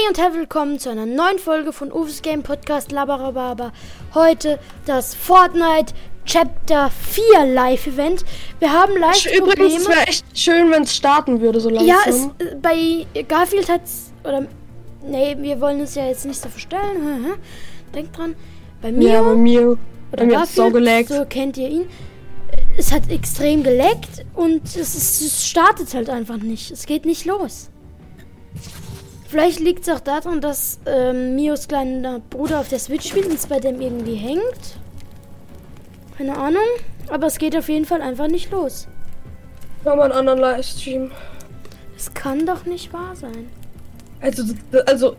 und herzlich willkommen zu einer neuen Folge von Uwe's Game Podcast Labarababa. Heute das Fortnite Chapter 4 Live-Event. Wir haben Live-Probleme. Übrigens, es wäre echt schön, wenn es starten würde so langsam. Ja, bei Garfield hat's, nee, wir wollen es ja jetzt nicht so verstellen. Denkt dran. Bei mir. Ja, bei mir. Oder mir hat's so geleckt. So kennt ihr ihn. Es hat extrem geleckt und es startet halt einfach nicht. Es geht nicht los. Vielleicht liegt es auch daran, dass Mios kleiner Bruder auf der Switch spielt und es bei dem irgendwie hängt. Keine Ahnung. Aber es geht auf jeden Fall einfach nicht los. Machen wir einen anderen Livestream. Es kann doch nicht wahr sein. Also.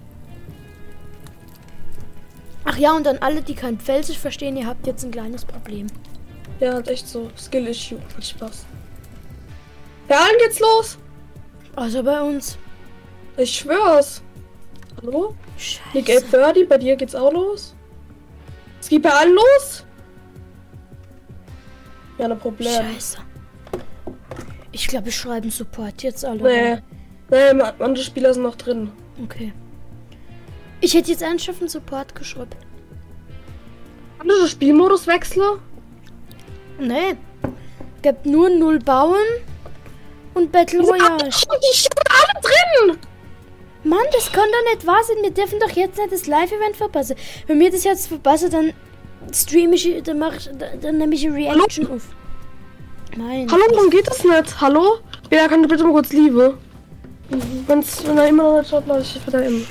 Ach ja, und an alle, die kein Pfälzisch verstehen, ihr habt jetzt ein kleines Problem. Ja, echt so. Skill-Issue. Hat Spaß. Ja, dann geht's los. Also bei uns. Ich schwör's. Hallo? Scheiße. Nick 830, bei dir geht's auch los? Es geht bei allen los? Ja, ein Problem. Scheiße. Ich glaube, wir schreiben Support jetzt alle. Nee, andere Spieler sind noch drin. Okay. Ich hätte jetzt ernsthaft einen Support geschrieben. Andere Spielmodus wechseln? Nee. Gibt nur 0 Bauen und Battle Royale. Die stehen alle drin! Mann, das kann doch nicht wahr sein. Wir dürfen doch jetzt nicht das Live-Event verpassen. Wenn wir das jetzt verpassen, dann streame ich, dann nehme ich eine Reaction auf. Nein. Hallo, warum geht das nicht? Hallo? Ja, kann du bitte mal kurz Liebe? Wenn er immer noch nicht schaut, Leute, ich wieder immer.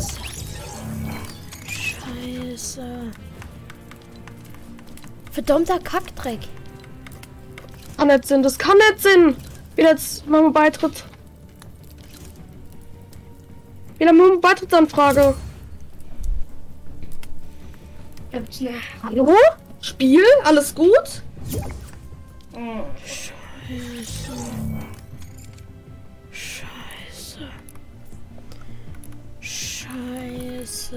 Scheiße. Verdammter Kackdreck. Kann nicht Sinn, das kann nicht Sinn. Wieder jetzt machen wir Beitritt. Wieder machen wir Beitrittsanfrage. Hallo? Spiel? Alles gut? Scheiße. Scheiße. Scheiße.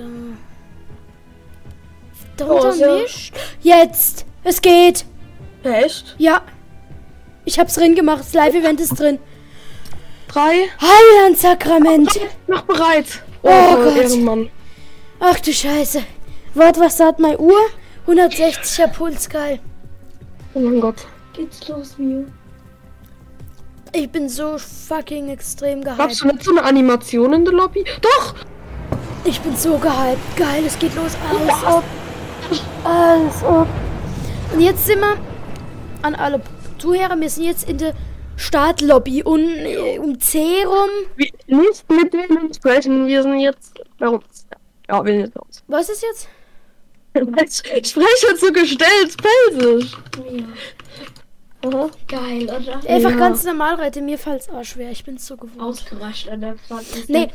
Verdammter Mist. Jetzt! Es geht! Echt? Ja. Ich hab's drin gemacht. Das Live-Event ist drin. 3. Heiland Sakrament. Mach bereit. Oh Gott. Ehrenmann. Ach du Scheiße. Warte, was sagt meine Uhr? 160er Puls, geil. Oh mein Gott. Geht's los, Mio? Ich bin so fucking extrem gehypt. Gab's du nicht so eine Animation in der Lobby? Doch! Ich bin so gehypt. Geil, es geht los. Alles ab. Alles ab. Und jetzt sind wir an alle Zuhörer. Wir sind jetzt in der Startlobby und um C rum. Nicht mit denen sprechen. Wir sind jetzt bei uns. Ja, wir sind jetzt bei uns. Was ist jetzt? Ich spreche jetzt so gestellt, Pelsisch. Ja. Aha. Geil, oder? Einfach Ja. ganz normal reite. Mir fällt's auch schwer. Ich bin's so gewohnt. Ausgerascht an der Front. Nee.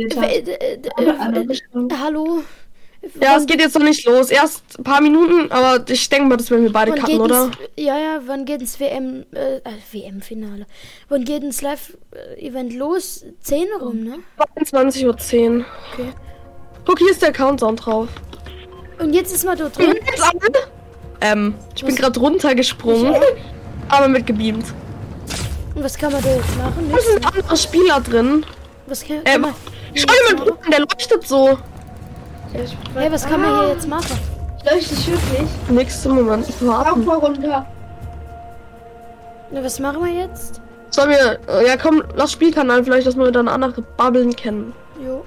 Hallo. Hallo. Ja, es geht jetzt noch nicht los. Erst ein paar Minuten, aber ich denke mal, das werden wir beide Wann cutten, geht oder? Ja, wann geht ins WM-Finale? Wann geht ins Live-Event los? 10 rum, ne? 22:10 Uhr. Okay. Guck, hier ist der Countdown drauf. Und jetzt ist man dort drin. Ich bin gerade runtergesprungen, aber mitgebeamt. Und was kann man da jetzt machen? Da sind andere Spieler drin. Was kann man Schau dir mal den, der leuchtet so. Hey, was kann man hier jetzt machen? Leuchtet es wirklich? Nächste Moment, warten. Mal runter. Na, was machen wir jetzt? Sollen wir, ja komm, lass Spielkanal vielleicht, dass wir dann andere Bubbeln kennen. Jo.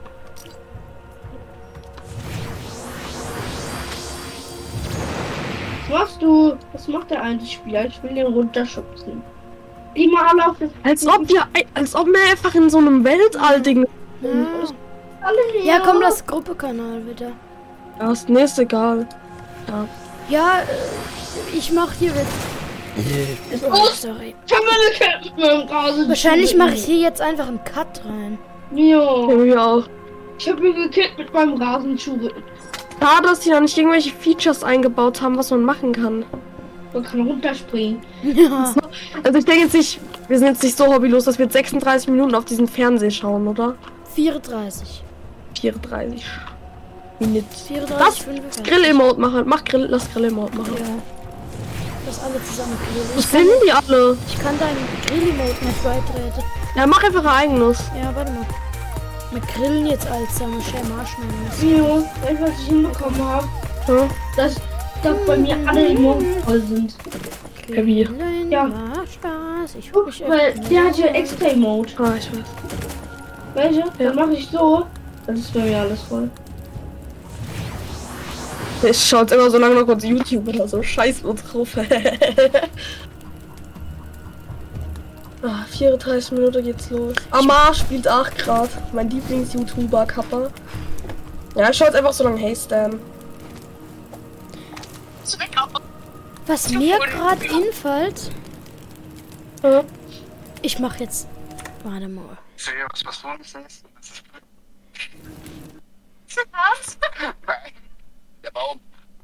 Was machst du? Was macht der eine Spieler? Ich will den runterschubsen. Wie mal alle auf das. Als ob wir einfach in so einem Weltall Ding. Alle her. Ja, komm, lass Gruppekanal wieder. Ja, ist egal. Ja. Ja, ich mach hier mit. Oh, sorry. Ich hab meine Kette mit dem Rasen. Wahrscheinlich mache ich hier jetzt einfach einen Cut rein. Ja. Wir auch. Ich hab mir gekillt mit meinem Rasenschuh. Da, dass die da nicht irgendwelche Features eingebaut haben, was man machen kann. Man kann runterspringen. Ja. Also ich denke jetzt nicht, wir sind jetzt nicht so hobbylos, dass wir jetzt 36 Minuten auf diesen Fernseher schauen, oder? 34. 34 Minuten. 34, Das 45. Grill-Emote machen. Lass Grill-Emote machen. Ja. Das alle zusammen grillen. Was sind die alle? Ich kann deinen Grill-Emote nicht beitreten. Ja, mach einfach ein eigenes. Ja, warte mal. Wir grillen jetzt als Marshmallows. Mio, weißt du, was ich hinbekommen habe? Ja. Dass bei mir alle Emoten voll sind. Heavy. Ja. Macht Spaß. Ich Guck, mich weil der hat ja extra Emote. Ah, ich weiß. Welche? Ja. Dann mache ich so. Dann ist bei mir alles voll. Ich schaue jetzt immer so lange noch kurz YouTube oder so. Scheiß nur drauf. 34 Minuten geht's los. Amar spielt 8 Grad. Mein Lieblings-YouTuber Kappa. Ja, ich schaue jetzt einfach so lange Hey Stan. Was mir gerade einfällt, Ja. ich mache jetzt. Warte mal. Ich sehe, was du nicht siehst. Das ist was? Nein. Der Baum.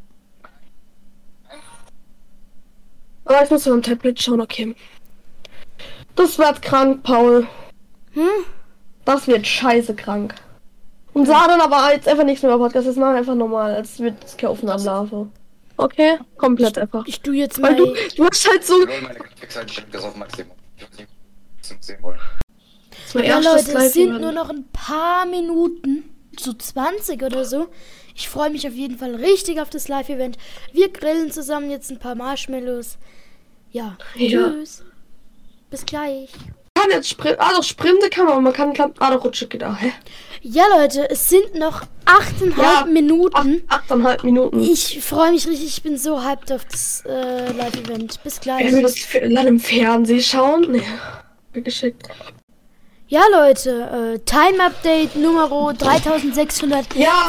Aber ich muss auf dem Tablet schauen, okay. Das wird krank, Paul. Das wird scheiße krank. Und sah dann aber jetzt einfach nichts mehr über Podcast. Das machen wir einfach normal, als wird es keine Aufnahme. Okay? Komplett einfach. Ich tu jetzt Weil mal. du hast halt so. Null meine Grafikseite das auf Maximum. Ich weiß nicht, was wir sehen wollen. Das war Ja, erstes Leute, es sind Live-Event. nur noch ein paar Minuten. So 20 oder so. Ich freue mich auf jeden Fall richtig auf das Live-Event. Wir grillen zusammen jetzt ein paar Marshmallows. Ja. Ja. Tschüss. Bis gleich. Man kann jetzt sprinten. Ah, doch, Sprinte kann man. Man kann doch Rutsche geht auch. Hä? Ja, Leute, es sind noch 8,5 Ja, Minuten. 8,5 Minuten. Ich freue mich richtig. Ich bin so hyped auf das Live-Event. Bis gleich. Wer will das dann im Fernsehen schauen? Nee. Geschickt. Ja, Leute, Time-Update Nummer 3644,3. Ja.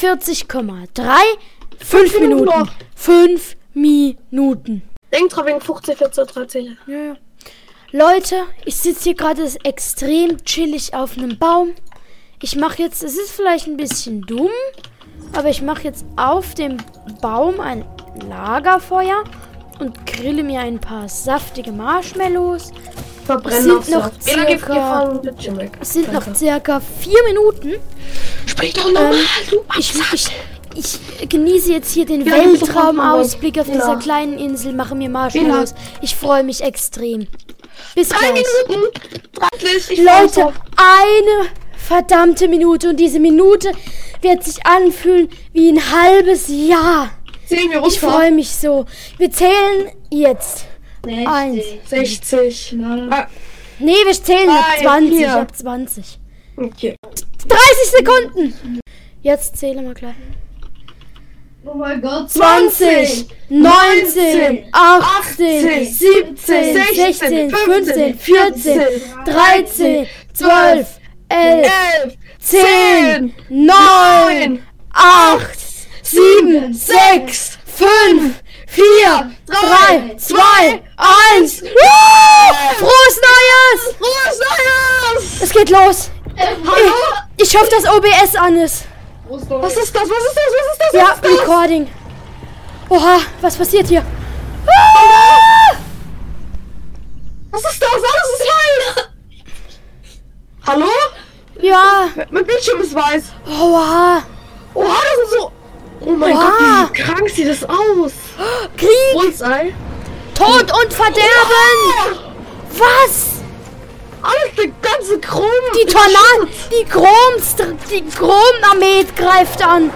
5 Minuten Minuten. noch. 5 Minuten. Denk dran wegen 15, 14, 13. Ja. Leute, ich sitze hier gerade extrem chillig auf einem Baum. Ich mache jetzt, es ist vielleicht ein bisschen dumm, aber ich mache jetzt auf dem Baum ein Lagerfeuer und grille mir ein paar saftige Marshmallows. Verbrennen Sind noch circa- Es sind noch circa 4 Minuten. Sprich doch nochmal, du Ich genieße jetzt hier den Ja, du bist doch Weltraumausblick auf Ja. dieser kleinen Insel, mache mir Marshmallows. Ich freue mich extrem. Bis 3 gleich. Minuten. 30. Leute, eine verdammte Minute und diese Minute wird sich anfühlen wie ein halbes Jahr. Sehen wir runter. Ich freue mich so. Wir zählen jetzt. 1. 60. Nee, wir zählen ab 3, 20. 4. Ab 20. Okay. 30 Sekunden. Jetzt zählen wir gleich. Oh mein Gott. 20, 19, 18, 17, 16, 15, 14, 13, 12, 11, 10, 9, 8, 7, 6, 5, 4, 3, 2, 1. Frohes Neues! Frohes Neues! Es geht los. Hallo? Ich hoffe, dass OBS an ist. Was ist das? Was ist das? Was ist das? Ja, Was ist das? Recording. Oha, was passiert hier? Ah! Was ist das? Alles ist heil! Hallo? Ja. Mein Bildschirm ist weiß. Oha. Oha, das ist so... Oh mein Oha. Gott, wie krank sieht das aus? Krieg, Bullseye. Tod und Verderben. Was? Alles, der ganze Chrom. Die Tornado, die Chrom-Armee greift an.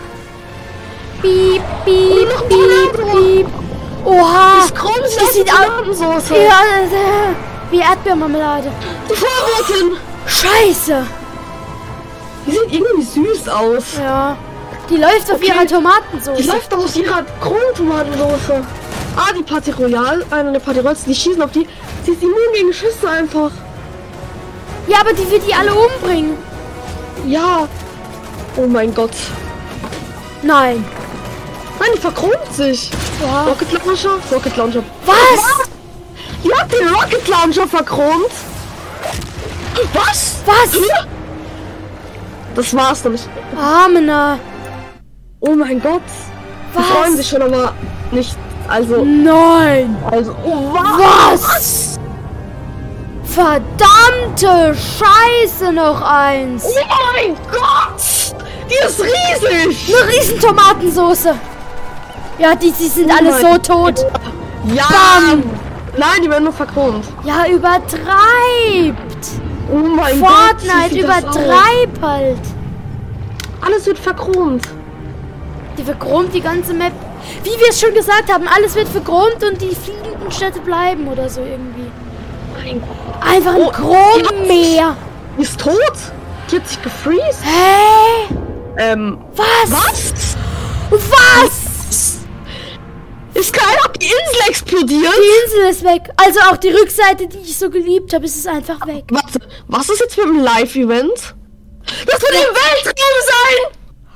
Piep, piep, noch piep, Tornado. piep. Oha. Das Chrom Das sieht sieht aus wie aus Tomatensoße. ja, wie Erdbeermarmelade. Die Vorroten. Scheiße. Die sieht irgendwie süß aus. Ja. Die läuft auf Okay. ihrer Tomatensauce. Die läuft doch aus ihrer Chrom-Tomatensoße. Ah, die Party Royale, eine der Party Royals, die schießen auf die. Sie ist immun gegen Schüsse einfach. Ja, aber die wird die alle umbringen. Ja. Oh mein Gott. Nein. Nein, die verchromt sich. Oha. Rocket Launcher? Rocket Launcher. Was? Die hat den Rocket Launcher verchromt. Was? Was? Das war's nämlich. Amena. Oh mein Gott. Die Was? freuen sich schon, aber nicht. Also. Nein. Oh was? Was? Verdammte Scheiße, noch eins. Oh mein Gott. Die ist riesig. Eine riesen Tomatensoße. Ja, die sind alle mein so tot. Ja. Bam. Nein, die werden nur verchromt. Ja, übertreibt. Oh mein Fortnite Gott, übertreibt halt. alles wird verchromt. Die verchromt die ganze Map. Wie wir es schon gesagt haben, alles wird verchromt und die fliegenden Städte bleiben oder so irgendwie. Mein Gott. Einfach ein Chrommeer. Die ist tot? Die hat sich gefreezed? Hä? Was? Was? Ist keiner die Insel explodiert? Die Insel ist weg. Also auch die Rückseite, die ich so geliebt habe, ist es einfach weg. Warte, was ist jetzt mit dem Live-Event? Das wird im Weltraum sein!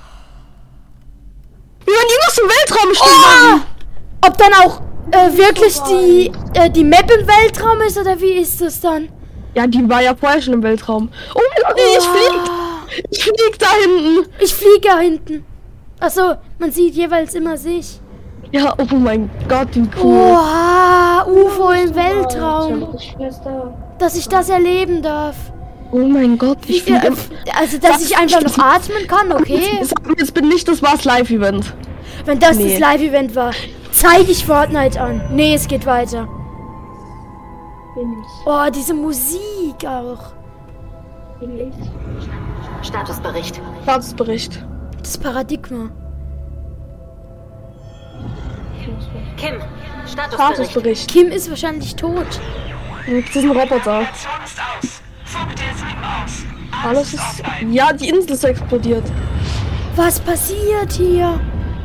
Wir werden irgendwas im Weltraum stehen. Oh! Ob dann auch wirklich die Map im Weltraum ist oder wie ist das dann? Ja, die war ja vorher schon im Weltraum. Oh mein Gott, ich flieg da hinten. Ich fliege da hinten. Achso, man sieht jeweils immer sich. Ja, oh mein Gott, wie cool. Oha, UFO im Weltraum. Schwester. Dass ich das erleben darf. Oh mein Gott, ich flieg Also, dass ich einfach noch atmen kann, okay? Sag mir jetzt bitte nicht, das war's Live-Event. Wenn das das Live-Event war, zeige ich Fortnite an. Nee, es geht weiter. Bin ich. Oh, diese Musik auch. Bin ich. Statusbericht. Statusbericht. Das Paradigma. Kim, Statusbericht. Statusbericht. Kim ist wahrscheinlich tot. Das ist ein Roboter. Alles ist... Ja, die Insel ist explodiert. Was passiert hier?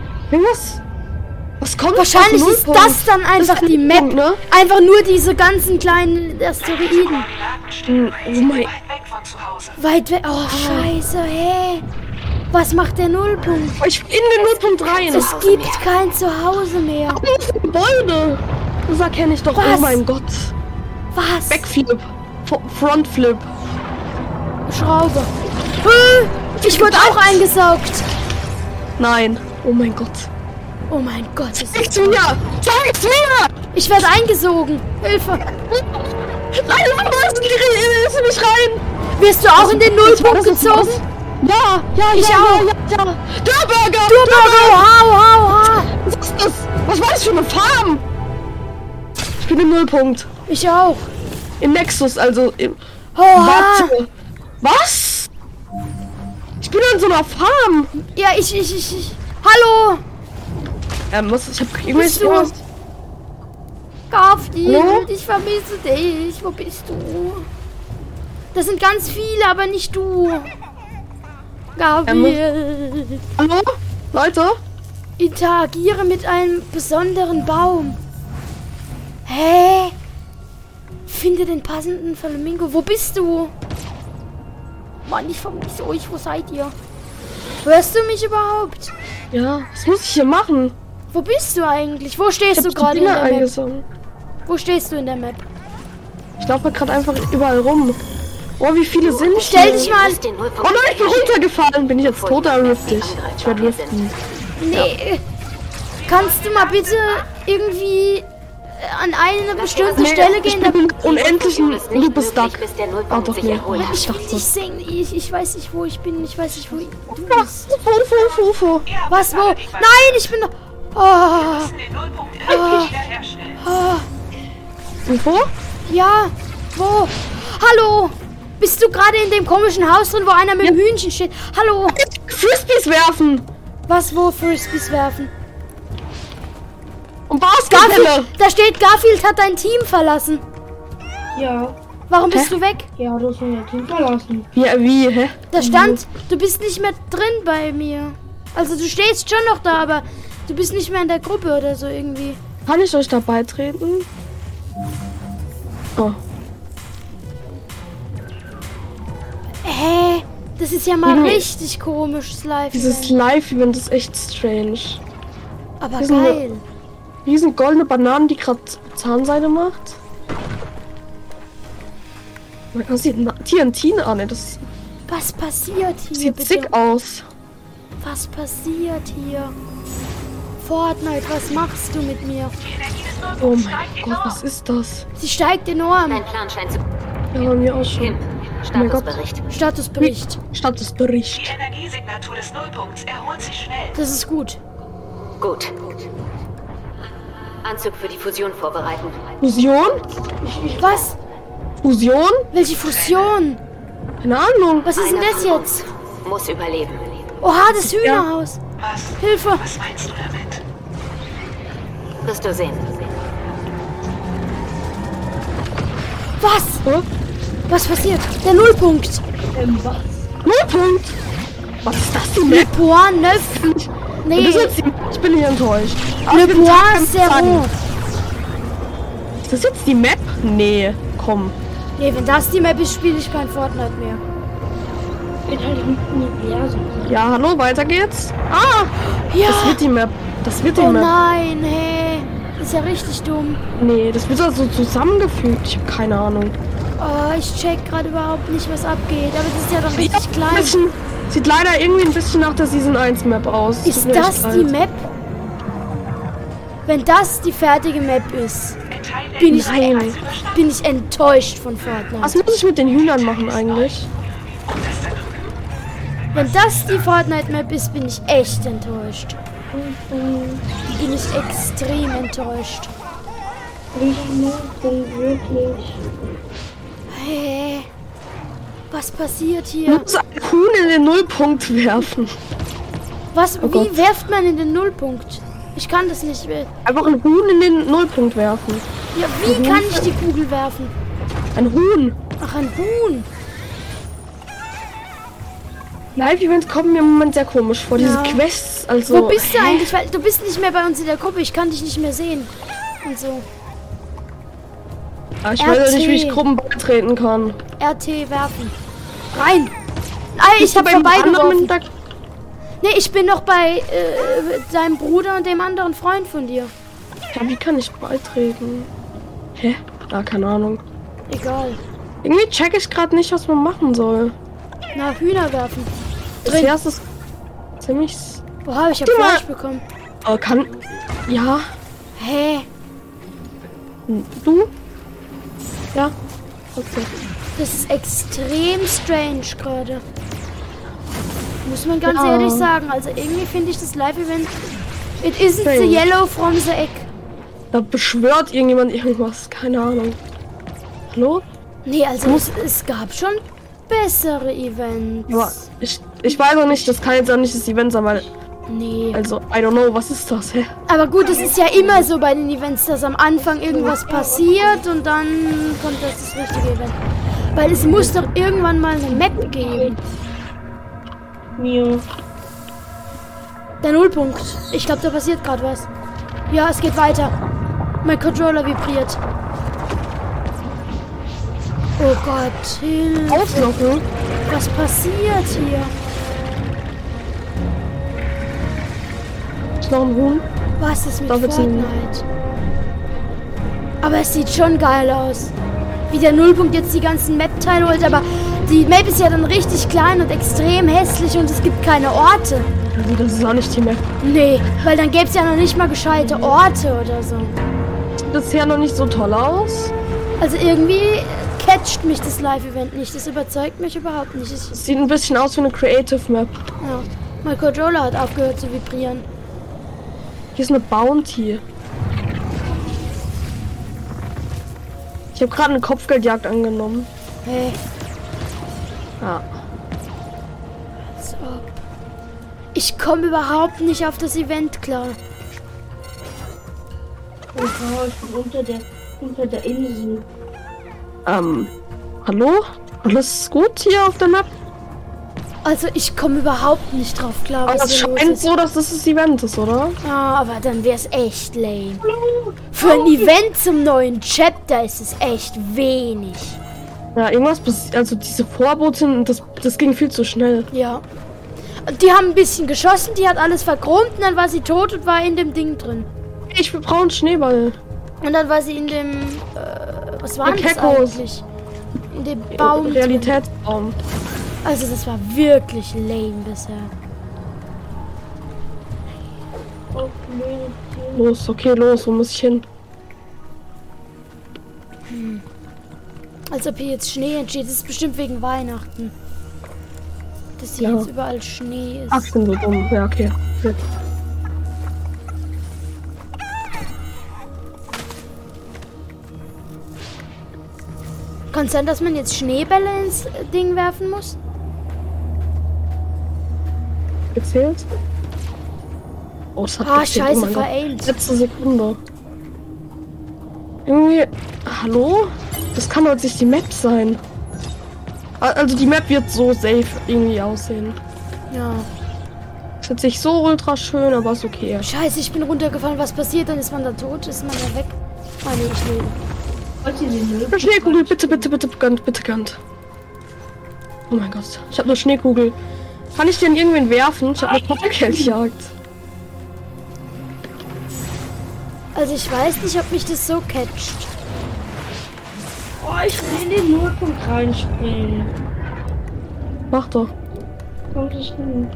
Was kommt? Wahrscheinlich auf ist Nullpunkt? das dann einfach ist die ein Map. Punkt, ne? Einfach nur diese ganzen kleinen Asteroiden. Oh mein... Weit weg. Oh, scheiße, hä? Was macht der Nullpunkt? Ich bin in den Nullpunkt rein. Es gibt kein Zuhause mehr. Das ist ein Gebäude. Das erkenne ich doch. Was? Oh mein Gott. Was? Backflip. Frontflip. Schraube. Ich wurde auch eingesaugt. Nein. Oh mein Gott. Oh mein Gott. Sag's mir! Sag's mir! Ich werde eingesogen. Hilfe. Nein, lass mich rein! Wirst du auch in den Nullpunkt gezogen? Ja, Ich auch. ja. Der Burger! Hau. Was ist das? Was war das für eine Farm? Ich bin im Nullpunkt. Ich auch. Im Nexus, also im... Oha. Warte. Was? Ich bin an so einer Farm. Ja, ich. Hallo. Ich hab Bist irgendwelche... du? Garfield, Hallo? ich vermisse dich. Wo bist du? Das sind ganz viele, aber nicht du. Garfield. Hallo? Leute? Interagiere mit einem besonderen Baum. Hä? Finde den passenden Flamingo. Wo bist du? Mann, ich vermisse euch. Wo seid ihr? Hörst du mich überhaupt? Ja, was muss ich hier machen? Wo bist du eigentlich? Wo stehst Ich du hab die gerade in Dinger der Map? eingesammelt. Wo stehst du in der Map? Ich laufe gerade einfach überall rum. Oh, wie viele sind Stell hier? dich mal. Den Oh Nullpunkt nein, ich bin runtergefallen. Bin ich jetzt tot oder riftig? Ich werde riften. Nee. Kannst du mal bitte irgendwie an eine bestimmte Stelle Ich gehen? bin im unendlichen ist nicht Loop stuck. möglich, bis der Ah, Nullpunkt doch sich nicht. erholt hat. Ich will dich sehen. Ich weiß nicht, wo ich bin. Ich weiß nicht, wo du bist. UFO. Was, wo? Nein, ich bin noch... Oh. UFO? Ja, wo? Hallo? Bist du gerade in dem komischen Haus drin, wo einer mit dem Hühnchen steht? Hallo? Frisbees werfen. Was, wo Frisbees werfen? Und Basketbälle. Garfield, da steht, Garfield hat dein Team verlassen. Ja. Warum bist du weg? Ja, du hast mein Team verlassen. Ja, wie? Hä? Da stand, du bist nicht mehr drin bei mir. Also du stehst schon noch da, aber du bist nicht mehr in der Gruppe oder so irgendwie. Kann ich euch da beitreten? Oh. Hä? Das ist ja mal Irgendwie- richtig komisches Live. Dieses Live-Event ist echt strange. Aber diesen- geil. Riesen goldene Bananen, die gerade Zahnseide macht. Man sieht TNT an, ey, das Was passiert hier sieht bitte? sick aus. Was passiert hier? Fortnite, was machst du mit mir? Oh mein Gott, was ist das? Sie steigt enorm. Dein Plan scheint zu... Ja, bei mir auch schon. Kim, mein Gott. Statusbericht. Statusbericht. Statusbericht. Die Energiesignatur des Nullpunkts erholt sich schnell. Das ist gut. Gut. Anzug für die Fusion vorbereiten. Fusion? Was? Fusion? Welche Fusion? Keine Ahnung. Was ist denn das jetzt? Muss überleben. Oha, das Hühnerhaus. Was? Hilfe. Was meinst du damit? Wirst du sehen. Was? Hä? Was passiert? Der Nullpunkt. Was? Nullpunkt. Was ist das denn? Le Point Neuf. Nee, Ich bin nicht enttäuscht. Le Auf jeden Point Tag kann's sagen. Zero. Ist das jetzt die Map? Nee, komm. Nee, wenn das die Map ist, spiele ich kein Fortnite mehr. Geht halt im Universum. Ja, hallo, weiter geht's. Ah, Ja. das wird die Map. Das wird die Oh Map. nein, hey. Das ist ja richtig dumm. Nee, das wird also zusammengefügt. Ich habe keine Ahnung. Oh, ich check gerade überhaupt nicht, was abgeht. Aber das ist ja doch richtig Ein klein. bisschen, sieht leider irgendwie ein bisschen nach der Season 1 Map aus. Ist Tut mir echt das leid. die Map? Wenn das die fertige Map ist, Erteile bin ich, Nein. bin ich enttäuscht von Fortnite. Was muss ich mit den Hühnern machen eigentlich? Wenn das die Fortnite-Map ist, bin ich echt enttäuscht. Bin ich extrem enttäuscht. Wirklich. Hey, was passiert Ich hier? muss ein Huhn in den Nullpunkt werfen. Was? Oh Wie Gott. werft man in den Nullpunkt? Ich kann das nicht. Einfach ein Huhn in den Nullpunkt werfen. Ja, wie kann ich die Kugel werfen? Ein Huhn. Ach, ein Huhn. Live-Events kommen mir im Moment sehr komisch vor. Diese Ja. Quests, also... Wo bist du eigentlich? Weil du bist nicht mehr bei uns in der Gruppe. Ich kann dich nicht mehr sehen. Und so. Ah, ich weiß ja nicht, wie ich RT. Gruppen beitreten kann. RT werfen. Rein. Nein, ich hab Beim anderen vorbeigeworfen. da- Nee, ich bin noch bei deinem Bruder und dem anderen Freund von dir. Ja, wie kann ich beitreten? Hä? Ah, keine Ahnung. Egal. Irgendwie check ich gerade nicht, was man machen soll. Na, Hühner werfen. Bisher ist es ziemlich... Oha, ich hab Guck mal. Fleisch bekommen. kann... Ja, Hä? du? Ja. Okay. Das ist extrem strange gerade. Muss man ganz Ja. ehrlich sagen. Also irgendwie finde ich das Live-Event... It isn't Strange. the yellow from the egg. Da beschwört irgendjemand irgendwas. Keine Ahnung. Hallo? Nee, also es gab schon bessere Events. Aber ich weiß auch nicht, das kann jetzt auch nicht das Event sein, weil... Nee. Also, I don't know, was ist das? Hä? Aber gut, es ist ja immer so bei den Events, dass am Anfang irgendwas passiert und dann kommt das richtige Event. Weil es muss doch irgendwann mal eine Map geben. Mio. Der Nullpunkt. Ich glaube, da passiert gerade was. Ja, es geht weiter. Mein Controller vibriert. Oh Gott, Hilfe. Auslaufen? Was passiert hier? Ist noch ein Huhn? Was ist mit Da wird's ein- Fortnite? Aber es sieht schon geil aus. Wie der Nullpunkt jetzt die ganzen Map-Teile holt, aber die Map ist ja dann richtig klein und extrem hässlich und es gibt keine Orte. Also, das ist auch nicht die Map. Nee, weil dann gäbe es ja noch nicht mal gescheite Orte oder so. Sieht bisher noch nicht so toll aus. Also irgendwie catcht mich das Live-Event nicht. Das überzeugt mich überhaupt nicht. Es sieht ein bisschen aus wie eine Creative Map. Ja, mein Controller hat aufgehört zu vibrieren. Hier ist eine Bounty. Ich habe gerade eine Kopfgeldjagd angenommen. Hey, Ja. als ob. Ich komme überhaupt nicht auf das Event klar. Oha, ich bin unter der Insel. Hallo? Alles gut hier auf der Map? Also ich komme überhaupt nicht drauf klar, Aber was es hier los scheint ist. so, dass das Event ist, oder? Ah, aber dann wäre es echt lame. Für ein Event zum neuen Chapter ist es echt wenig. Ja, irgendwas, also diese Vorboten, das ging viel zu schnell. Ja. Und die haben ein bisschen geschossen, die hat alles verchromt und dann war sie tot und war in dem Ding drin. Ich brauche einen Schneeball. Und dann war sie in dem, was war denn das Geckos. eigentlich? In dem Baum. drin. Realitätsbaum. Also das war wirklich lame bisher. Oh, nee. Los, okay, los, wo muss ich hin? Als ob hier jetzt Schnee entsteht. Das ist bestimmt wegen Weihnachten. Dass hier Ja. jetzt überall Schnee ist. Ach, ich bin so dumm. Ja, okay. Gut. Kann es sein, dass man jetzt Schneebälle ins Ding werfen muss? Gezählt? Oh, es hat gezählt. Scheiße, Oh mein Gott. veraimt. Letzte Sekunde. Irgendwie... Hallo? Das kann doch nicht die Map sein. Also die Map wird so safe irgendwie aussehen. Ja. Ist jetzt nicht so ultra schön, aber ist okay. Scheiße, ich bin runtergefallen. Was passiert? Dann ist man da tot? Ist man da weg? Ah, nee, ich lebe. Wollt ihr den Müll? Schneekugel, bitte, bitte, bitte, bitte, Gant. Oh mein Gott, ich habe eine Schneekugel. Kann ich den irgendwen werfen? Ich habe eine Kopfgeldjagd. Also ich weiß nicht, ob mich das so catcht. Oh, ich will in den Nullpunkt reinspringen. Mach doch. Kommt das hin?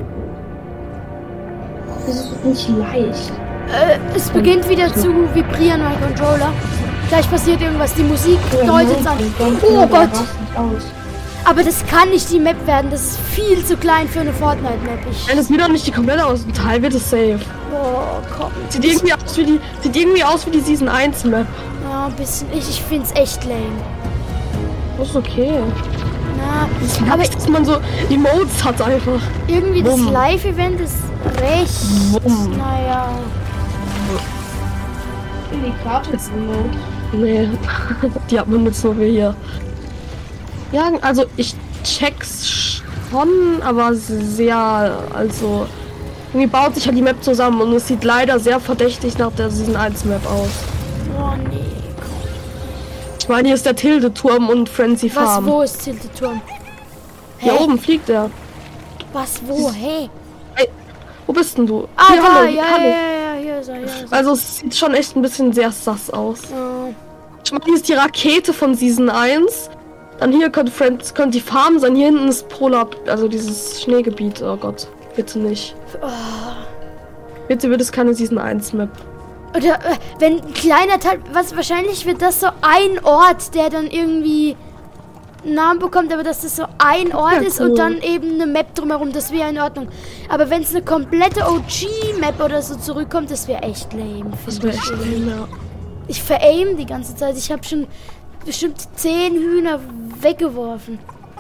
Das ist nicht leicht. Es beginnt wieder zu vibrieren, mein Controller. Gleich passiert irgendwas. Die Musik deutet es an. Oh Gott! Aber das kann nicht die Map werden. Das ist viel zu klein für eine Fortnite-Map. Wenn es wieder nicht die komplette aus dem Teil wird, es safe. Oh, komm. Sieht irgendwie aus wie die Season 1 Map. Ja, ein bisschen. Ich find's echt lame. Das ist okay. Na, aber Dass man so Emotes hat einfach. irgendwie das Wumm. Live-Event ist recht. Wumm. Naja. In die Karte remote. Nee, die hat man jetzt nur wir hier. Ja, also ich check's schon, aber sehr, also irgendwie baut sich halt die Map zusammen und es sieht leider sehr verdächtig nach der Season 1 Map aus. Oh nee. Ich meine, hier ist der Tilde-Turm und Frenzy Was, Farm. wo ist Tilteturm? Hier oben fliegt er. Was, wo? Hey. Hey, wo bist denn du? Ah, Hier, da, hallo, ja, hallo. ja, hier ist er, hier ist er. Also es sieht schon echt ein bisschen sehr sass aus. Oh. Ich meine, hier ist die Rakete von Season 1. Dann hier könnte die Farm sein. Hier hinten ist Polar, also dieses Schneegebiet. Oh Gott, bitte nicht. Bitte wird es keine Season 1 Map. Oder wenn ein kleiner Teil, was wahrscheinlich wird das so ein Ort, der dann irgendwie einen Namen bekommt, aber dass das so ein Ort ist cool. und dann eben eine Map drumherum, das wäre in Ordnung. Aber wenn es eine komplette OG-Map oder so zurückkommt, das wäre echt lame. Das Find wäre ich echt irgendwie. lame, ja. Ich veraim die ganze Zeit. Ich habe schon bestimmt 10 Hühner weggeworfen.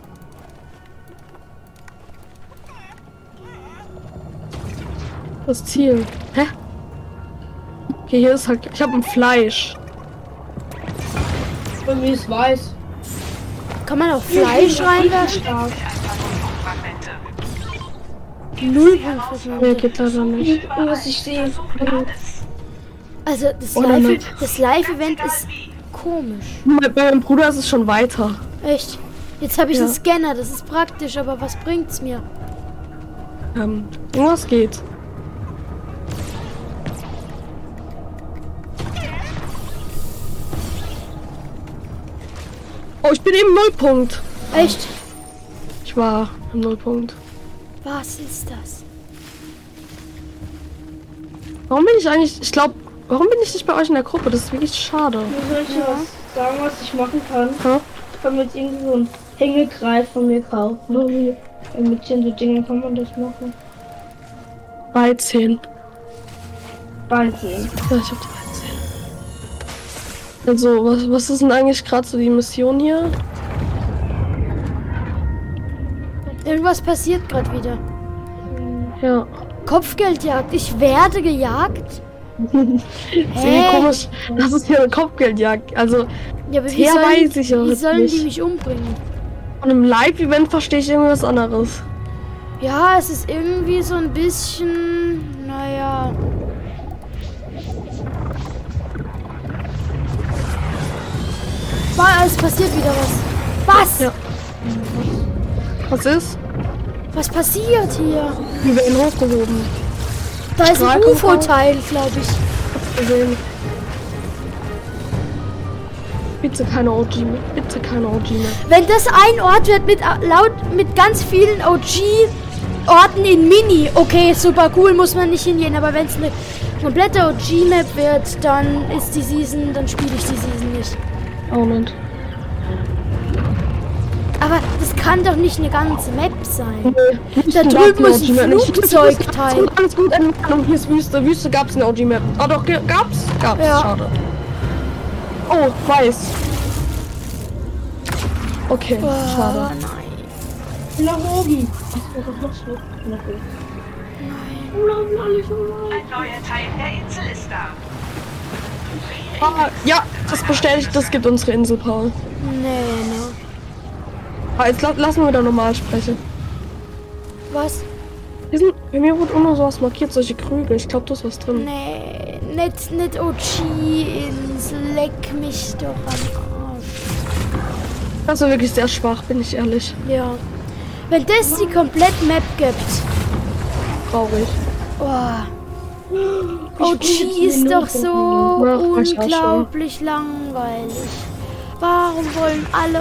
Das Ziel. Hä? Okay, hier ist halt. Ich habe ein Fleisch. Bei mir ist weiß. Kann man auch Fleisch reinwerfen? Stark. Null Nee, Punktfragmente. geht leider nicht. Oh, was ich sehe. Also Oder das Live-Event ist komisch. Bei meinem Bruder ist es schon weiter. Echt? Jetzt habe ich Ja. einen Scanner, das ist praktisch, aber was bringt's mir? Irgendwas geht. Oh, ich bin im Nullpunkt. Echt? Ich war im Nullpunkt. Was ist das? Warum bin ich eigentlich. Ich glaube. Warum bin ich nicht bei euch in der Gruppe? Das ist wirklich schade. Soll ich dir was sagen, was ich machen kann? Hä? Ich kann jetzt irgendwie so ein Hängegreif von mir kaufen. Mit so Dingen kann man das machen. 13. 13. Ja, ich hab 13. Also, was ist denn eigentlich gerade so die Mission hier? Irgendwas passiert gerade wieder. Ja. Kopfgeldjagd. Ich werde gejagt? Wie komisch. Das ist hier eine Kopfgeldjagd. Also, Ja, aber Her weiß ich auch wie jetzt sollen die nicht. mich umbringen? von einem Live-Event verstehe ich irgendwas anderes. Ja, es ist irgendwie so ein bisschen... Naja... Es passiert wieder was. Was? Ja. Was ist? Was passiert hier? Wir werden hochgehoben. Da ist ein Strahlung UFO-Teil, glaube ich. Gesehen. Bitte keine OG mehr. Bitte keine OG mehr. Wenn das ein Ort wird mit ganz vielen OG-Orten in Mini, okay, super cool, muss man nicht hingehen. Aber wenn es eine komplette OG-Map wird, dann ist die Season, dann spiele ich die Season nicht. Oh Moment. Aber das kann doch nicht eine ganze Map sein. Nee, Da drüben ist ein Flugzeugteil. Alles gut, hier ist Wüste. Wüste gab's in der OG-Map. Ah doch, gab's? Gab's, Ja. schade. Oh, weiß. Okay, Oh, schade. nein. Nach oben. Was machst du? Nach oben. Ein neuer Teil der Insel ist da. Ah, ja, das bestätigt, das gibt unsere Insel, Paul. Nee, ne. Ah, jetzt lassen wir wieder normal sprechen. Was? Bei mir wurde immer sowas markiert, solche Krüge. Ich glaube, da ist was drin. Nee, nicht OG-Insel. Leck mich doch am Arsch. Das war wirklich sehr schwach, bin ich ehrlich. Ja. Wenn das die komplette Map gibt. Traurig. Oh. OG ist doch so Ach, weiß ich auch unglaublich langweilig. Warum wollen alle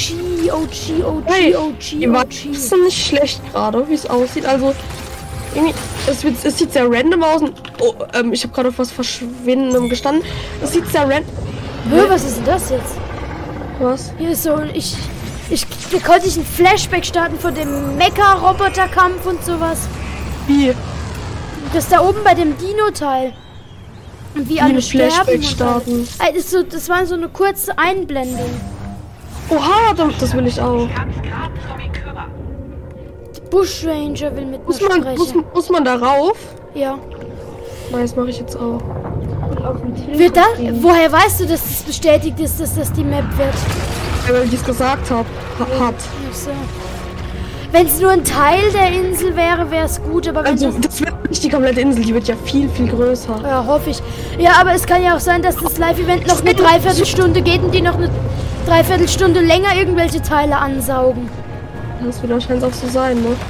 OG? Hey, die sind nicht schlecht gerade, wie es aussieht. Also, irgendwie, es sieht sehr random aus. Und, ich habe gerade auf was Verschwindendem gestanden. Es sieht sehr random. Was ist denn das jetzt? Was? Hier ist so, da konnte ich ein Flashback starten von dem Mecha-Roboter-Kampf und sowas. Wie? Das da oben bei dem Dino-Teil. Und wie alle sterben. Flashback und starten. alles. Das war so eine kurze Einblendung. Oha, das will ich auch. Ich kann mich gerade nicht um ihn kümmern. Bushranger will mit mir sprechen. Muss man darauf? Ja. Nein, das mache ich jetzt auch. Auf dem Telefon Wird das, stehen. woher weißt du, dass das bestätigt ist, dass das die Map wird? Ja, weil ich es gesagt habe. Hat. Ach so. Wenn es nur ein Teil der Insel wäre, wäre es gut, aber wenn Also, das wird nicht die komplette Insel, die wird ja viel, viel größer. ja, hoffe ich. Ja, aber es kann ja auch sein, dass das Live-Event noch eine Dreiviertelstunde geht und die noch eine Dreiviertelstunde länger irgendwelche Teile ansaugen. Das wird wahrscheinlich auch so sein, ne?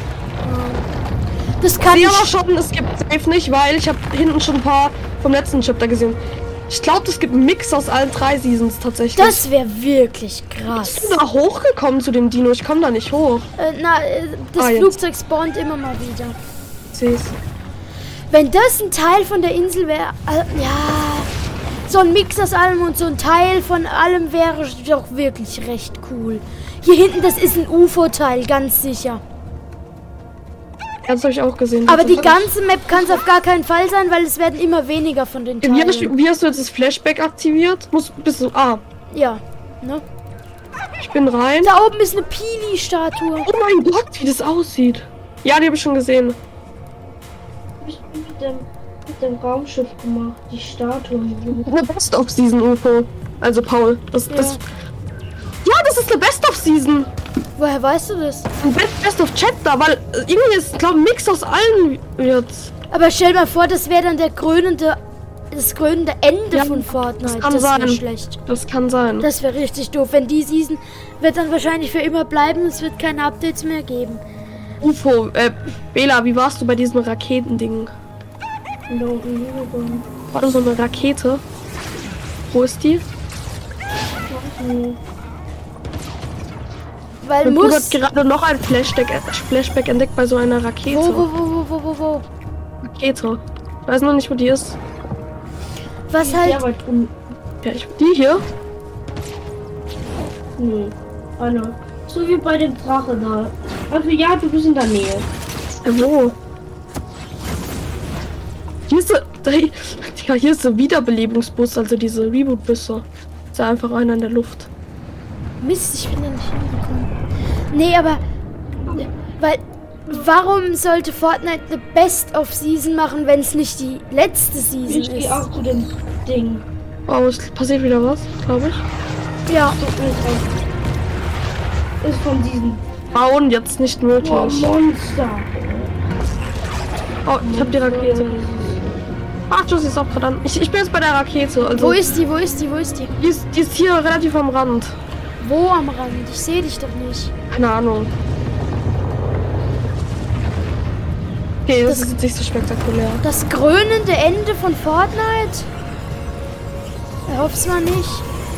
Das kann Ich ich. sehe aber schon, es gibt safe nicht, weil ich habe hinten schon ein paar vom letzten Chapter gesehen. Ich glaube, es gibt einen Mix aus allen 3 Seasons tatsächlich. Das wäre wirklich krass. Bist du da hochgekommen zu dem Dino? Ich komme da nicht hoch. Das jetzt. Flugzeug spawnt immer mal wieder. Sieh's. Wenn das ein Teil von der Insel wäre, ja, so ein Mix aus allem und so ein Teil von allem wäre doch wirklich recht cool. Hier hinten, das ist ein UFO-Teil, ganz sicher. Das habe ich auch gesehen. Aber die ganze Map kann es auf gar keinen Fall sein, weil es werden immer weniger von den Teilen. Wie hast du jetzt das Flashback aktiviert? Bist du. Ah, Ja, ne? ich bin rein. Da oben ist eine Pili-Statue. Oh mein Gott, wie das aussieht. Ja, die habe ich schon gesehen. Ich bin mit dem Raumschiff gemacht, die Statue. Eine Best-of-Season UFO. Also Paul, das ist eine Best-of-Season. Woher weißt du das? Ein Best-of-Chapter, weil irgendwie ist, glaube ich, ein Mix aus allen wird. Aber stell mal vor, das wäre dann das krönende Ende Ja, von Fortnite. das kann Das wäre sein. schlecht. Das kann sein. Das wäre richtig doof. Wenn die Season wird dann wahrscheinlich für immer bleiben und es wird keine Updates mehr geben. UFO, Bela, wie warst du bei diesem Raketending? War das so eine Rakete? Wo ist die? Weil Du muss. hast gerade noch ein Flashback entdeckt bei so einer Rakete. Wo? Rakete. Ich weiß noch nicht, wo die ist. Was halt. Ja, weit unten. Ja, die hier? Nee. Anna. So wie bei dem Drache da. Also ja, du bist in der Nähe. Wo? Hier ist hier ist der Wiederbelebungsbus, also diese Reboot-Busse. Ist ja einfach einer in der Luft. Mist, ich bin da nicht hingekommen. Nee, aber. Weil. Warum sollte Fortnite eine Best-of-Season machen, wenn es nicht die letzte Season Ich gehe ist? auch zu dem Ding. Oh, es passiert wieder was, glaube ich. Ja. Ist von diesen Bauen jetzt nicht möglich. Monster. Oh, ich hab die Rakete. Ach, Josie ist auch gerade an. Ich bin jetzt bei der Rakete. Also, Wo ist die? die ist hier relativ am Rand. Wo am Rand? Ich sehe dich doch nicht. Keine Ahnung. Okay, das ist jetzt nicht so spektakulär. Das krönende Ende von Fortnite? Ich hoff's mal nicht.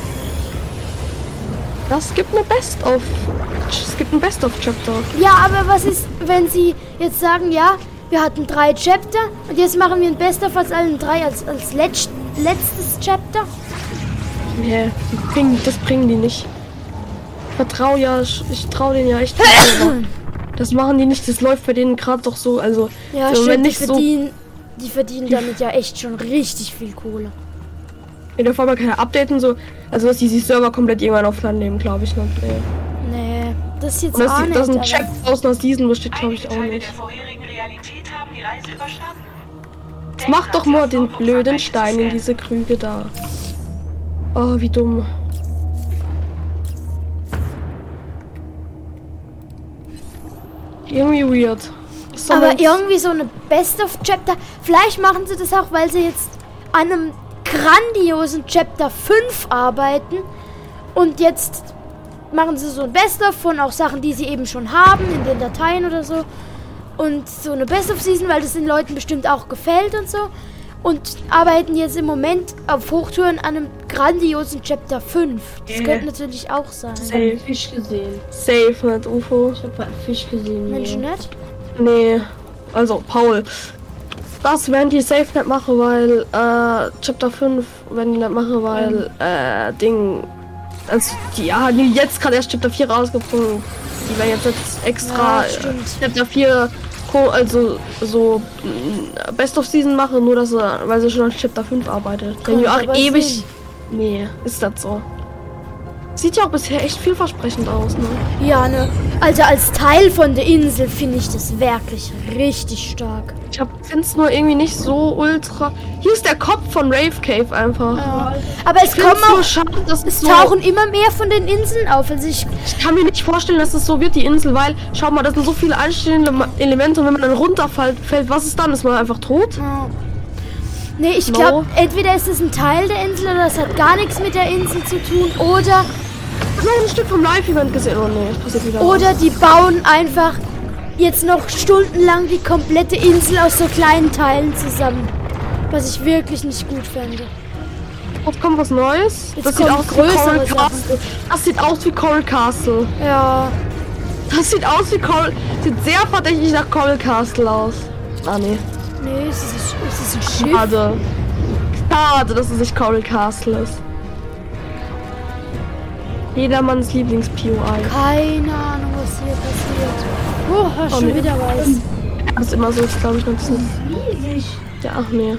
Das gibt eine Best-of. Es gibt ein Best-of-Chapter. Ja, aber was ist, wenn sie jetzt sagen, ja, wir hatten 3 Chapter und jetzt machen wir ein Best-of aus allen 3 als letztes Chapter? Nee, das bringen die nicht. Ich traue denen ja echt. Das machen die nicht, das läuft bei denen gerade doch so, also Ja, so, stimmt, nicht die verdienen damit ja echt schon richtig viel Kohle. in der Form keine Updaten so, also dass die Server komplett irgendwann offline nehmen, glaube ich noch. Nee. Das ist jetzt Und auch nicht. das ist ein aber- Chapter aus einer Season, das steht glaube ich Einige auch Teile nicht. der vorherigen Realität haben die Reise überstanden. Mach doch nur den blöden Stein in diese Krüge da. Oh, wie dumm. Irgendwie weird. Was soll Aber man- irgendwie so eine Best of Chapter. Vielleicht machen sie das auch, weil sie jetzt an einem grandiosen Chapter 5 arbeiten. Und jetzt machen sie so ein Best of von auch Sachen, die sie eben schon haben in den Dateien oder so. Und so eine Best of Season, weil das den Leuten bestimmt auch gefällt und so. Und arbeiten jetzt im Moment auf Hochtouren an einem grandiosen Chapter 5. Das könnte natürlich auch sein. Ich habe einen Fisch gesehen. Safe, nicht UFO. Ich habe einen Fisch gesehen. Menschen hier. nicht? Nee. Also, Paul. Das werden die safe nicht machen, weil, Chapter 5 werden die nicht machen, weil, also, die jetzt gerade erst Chapter 4 rausgefunden. Die werden jetzt extra Ja, stimmt. Chapter 4, also, so, Best of Season machen, nur dass sie, weil sie schon an Chapter 5 arbeitet. Wenn Kommt die auch aber ewig. Sinn. Nee, ist das so. Sieht ja auch bisher echt vielversprechend aus, ne? Ja, ne. Also als Teil von der Insel finde ich das wirklich richtig stark. Ich finde es nur irgendwie nicht so ultra. Hier ist der Kopf von Rave Cave einfach. Ja. Aber es Ich kommen find's nur auch, schade, dass es so, tauchen immer mehr von den Inseln auf. Also ich kann mir nicht vorstellen, dass es so wird, die Insel, weil, schau mal, das sind so viele einstehende Elemente und wenn man dann runterfällt, was ist dann? Ist man einfach tot? Nee, ich No. glaube, entweder ist es ein Teil der Insel oder es hat gar nichts mit der Insel zu tun. Oder Ich habe noch ein Stück vom Live-Event gesehen. Oh nee, das passiert wieder. was. die bauen einfach jetzt noch stundenlang die komplette Insel aus so kleinen Teilen zusammen. Was ich wirklich nicht gut fände. Jetzt kommt was Neues. Jetzt Das sieht kommen aus wie größere Coral Sachen. Castle. Das sieht aus wie Coral Castle. Ja, Das sieht aus wie Coral. Sieht sehr verdächtig nach Coral Castle aus. Ah nee. nee, es ist ein Schiff. Schade. Schade, dass es nicht Coral Castle ist. Jedermanns Lieblings-POI. Keine Ahnung, was hier passiert. Oh, schon nee. wieder weiß. Das ist immer so, glaube ich, noch ein bisschen. Ja, ach nee.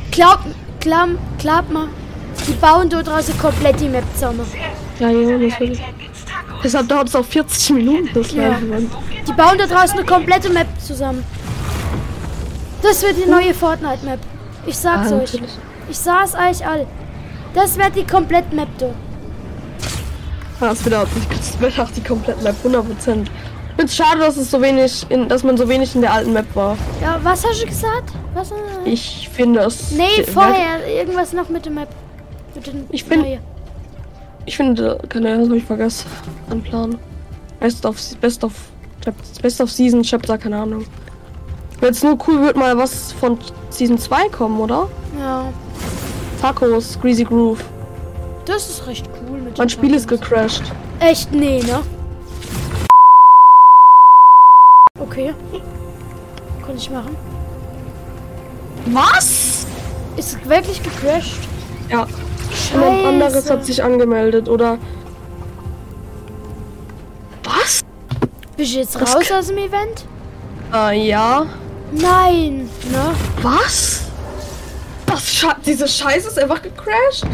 Glaub mal, die bauen dort draußen komplett die Map zusammen. Ja, ja, natürlich. Gibt's Tacos. Deshalb dauert es auch 40 Minuten, das Ja. Live-Event. Die bauen da draußen eine komplette Map zusammen. Das wird die neue Fortnite-Map. Ich sag's euch. natürlich. Ich sag's euch all. Das wird die komplette Map da. Ja, das wird auch die komplette Map, 100%. Ich find's schade, dass es so wenig dass man so wenig in der alten Map war. Ja, was hast du gesagt? Was? Ich finde es. Nee, vorher. Irgendwas noch mit der Map. Mit den Ich find- neue. Ich finde, keine Ahnung, hab ich vergessen. An Plan. Best of Season Chapter, keine Ahnung. Jetzt nur cool wird mal was von Season 2 kommen, oder? Ja, Tacos, Greasy Groove. das ist recht cool mit Mein den Spiel ist Tacos. gecrashed. Echt? Nee, ne? Okay. Kann ich machen. Was? Ist wirklich gecrashed? Ja. Jemand anderes Scheiße. hat sich angemeldet, oder? Was? Bist du jetzt Das raus aus dem Event? Ja. Nein, ne? Was? Diese Scheiße ist einfach gecrashed?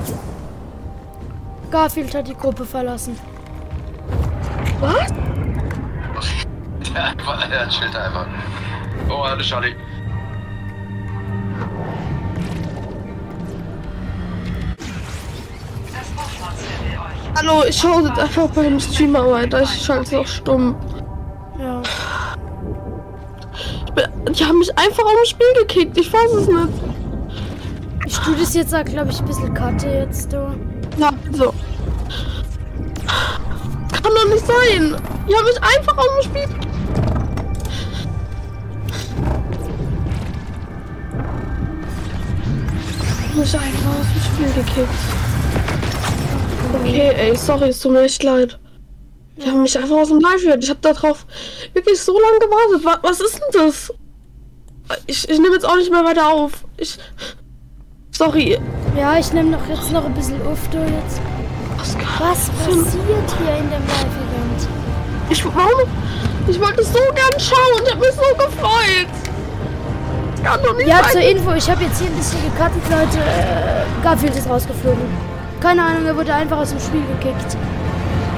Garfield hat die Gruppe verlassen. Was? Er chillt einfach. Oh, hallo Charlie. Das Hochmonster will euch. Hallo, ich schaue jetzt einfach beim Streamer weiter. Ich schalte es auf stumm. Ja. Die haben mich einfach aus dem Spiel gekickt. Ich weiß es nicht. Ich tue das jetzt, glaube ich, ein bisschen Karte jetzt, du. Ja, so. Kann doch nicht sein. Die haben mich einfach aus dem Spiel gekickt. Mich einfach aus dem Spiel gekickt. Okay, ey, sorry, es tut mir echt leid. Die haben mich einfach aus dem Live gehört. Ich habe darauf wirklich so lange gewartet. Was ist denn das? Ich nehme jetzt auch nicht mehr weiter auf. Sorry. Ja, ich nehme jetzt noch ein bisschen auf, du jetzt. Was passiert hier in dem Live-Event? Ich wollte so gern schauen. Ich habe mich so gefreut. Kann doch nicht Ja, sein. zur Info, ich habe jetzt hier ein bisschen gecuttet, Leute. Garfield ist rausgeflogen. Keine Ahnung, er wurde einfach aus dem Spiel gekickt.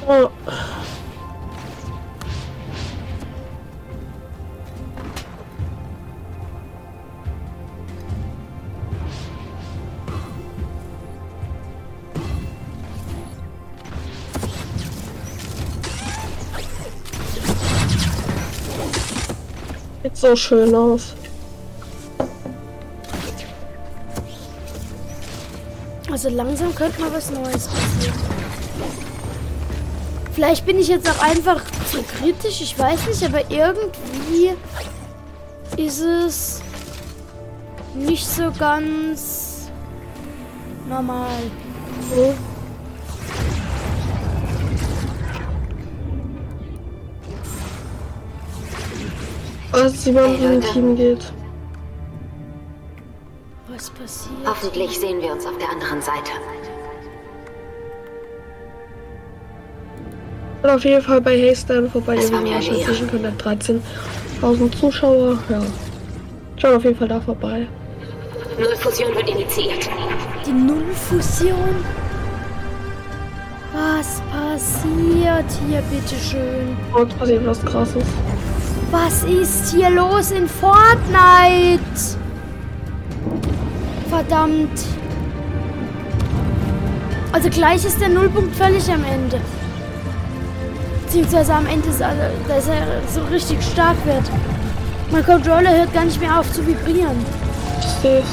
Oh. Sieht so schön aus. Also langsam könnte mal was Neues passieren. Vielleicht bin ich jetzt auch einfach zu kritisch, ich weiß nicht, aber irgendwie ist es nicht so ganz normal. So. Was jemand im Team geht. Was passiert? Hoffentlich sehen wir uns auf der anderen Seite. Und auf jeden Fall bei Haystyle vorbei. Das war Ihr mir eine Ehre. wahrscheinlich können 13.000 Zuschauer. Ja. Schaut auf jeden Fall da vorbei. Nullfusion wird initiiert. Die Nullfusion? Was passiert hier, bitteschön? Und es passiert was Krasses. Was ist hier los in Fortnite? Verdammt. Also gleich ist der Nullpunkt völlig am Ende. Beziehungsweise am Ende ist dass er so richtig stark wird. Mein Controller hört gar nicht mehr auf zu vibrieren. Ich seh's.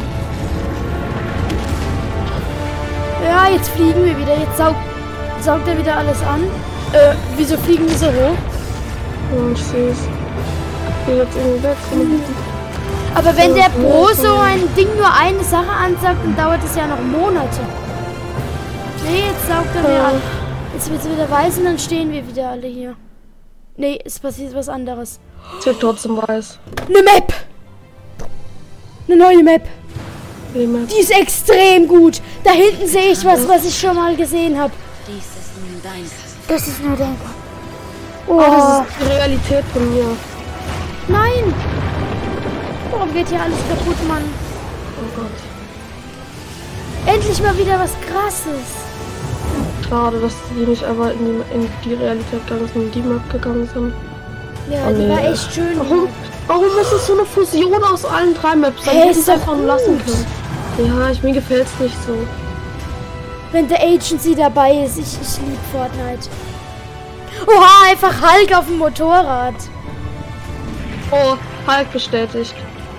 Ja, jetzt fliegen wir wieder. Jetzt saugt er wieder alles an. Wieso fliegen wir so hoch? Ja, ich seh's. Ich bin jetzt irgendwie weg. Aber wenn der Pro so ein Ding nur eine Sache ansagt, dann dauert es ja noch Monate. Nee, jetzt saugt er mir an. Jetzt wird es wieder weiß und dann stehen wir wieder alle hier. Nee, es passiert was anderes. Es wird trotzdem weiß. Eine Map! Eine neue Map. Die Map. Die ist extrem gut. Da hinten sehe ich was ich schon mal gesehen habe. Dies ist nun dein Kasten. Das ist nur dein... Oh, das ist die Realität von mir. Nein! Warum geht hier alles kaputt, Mann? Oh Gott. Endlich mal wieder was Krasses. Schade, dass die nicht einfach in die Realität gegangen sind, in die Map gegangen sind. Ja, Oh, die nee. war echt schön. Warum ist es so eine Fusion aus allen 3 Maps? Dann Hey, hätten ist sie doch einfach gut. lassen können. Ja, mir gefällt's nicht so. Wenn der Agency dabei ist, ich liebe Fortnite. Oha, einfach Hulk auf dem Motorrad. Oh, Hulk bestätigt.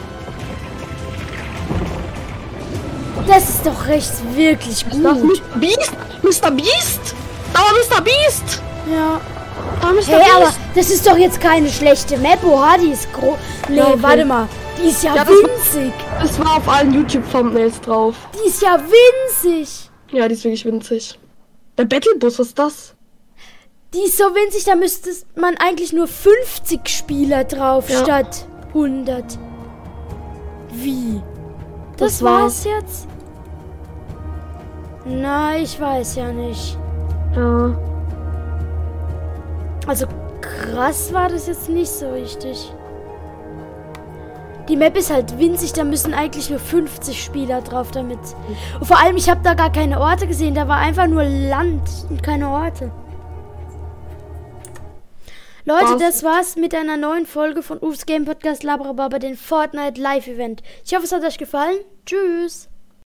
Das ist doch recht wirklich Ist das gut. Mr. Beast? Mr. Beast? Da war Mr. Beast! Ja. Da Mr. Hey, aber Beast! das ist doch jetzt keine schlechte Map. Oha, die ist groß. Nee, Ja, okay. warte mal. Die ist ja, Ja, das- winzig. Es war auf allen YouTube-Thumbnails drauf. Die ist ja winzig. Ja, die ist wirklich winzig. Der Battlebus, was ist das? Die ist so winzig, da müsste man eigentlich nur 50 Spieler drauf Ja. statt 100. Wie? Das Das war- war's jetzt? Na, ich weiß ja nicht. Ja. Also krass war das jetzt nicht so richtig. Die Map ist halt winzig, da müssen eigentlich nur 50 Spieler drauf damit. Und vor allem, ich habe da gar keine Orte gesehen, da war einfach nur Land und keine Orte. Leute, Was? das war's mit einer neuen Folge von Ufs Game Podcast Labrababa, den Fortnite Live Event. Ich hoffe, es hat euch gefallen. Tschüss.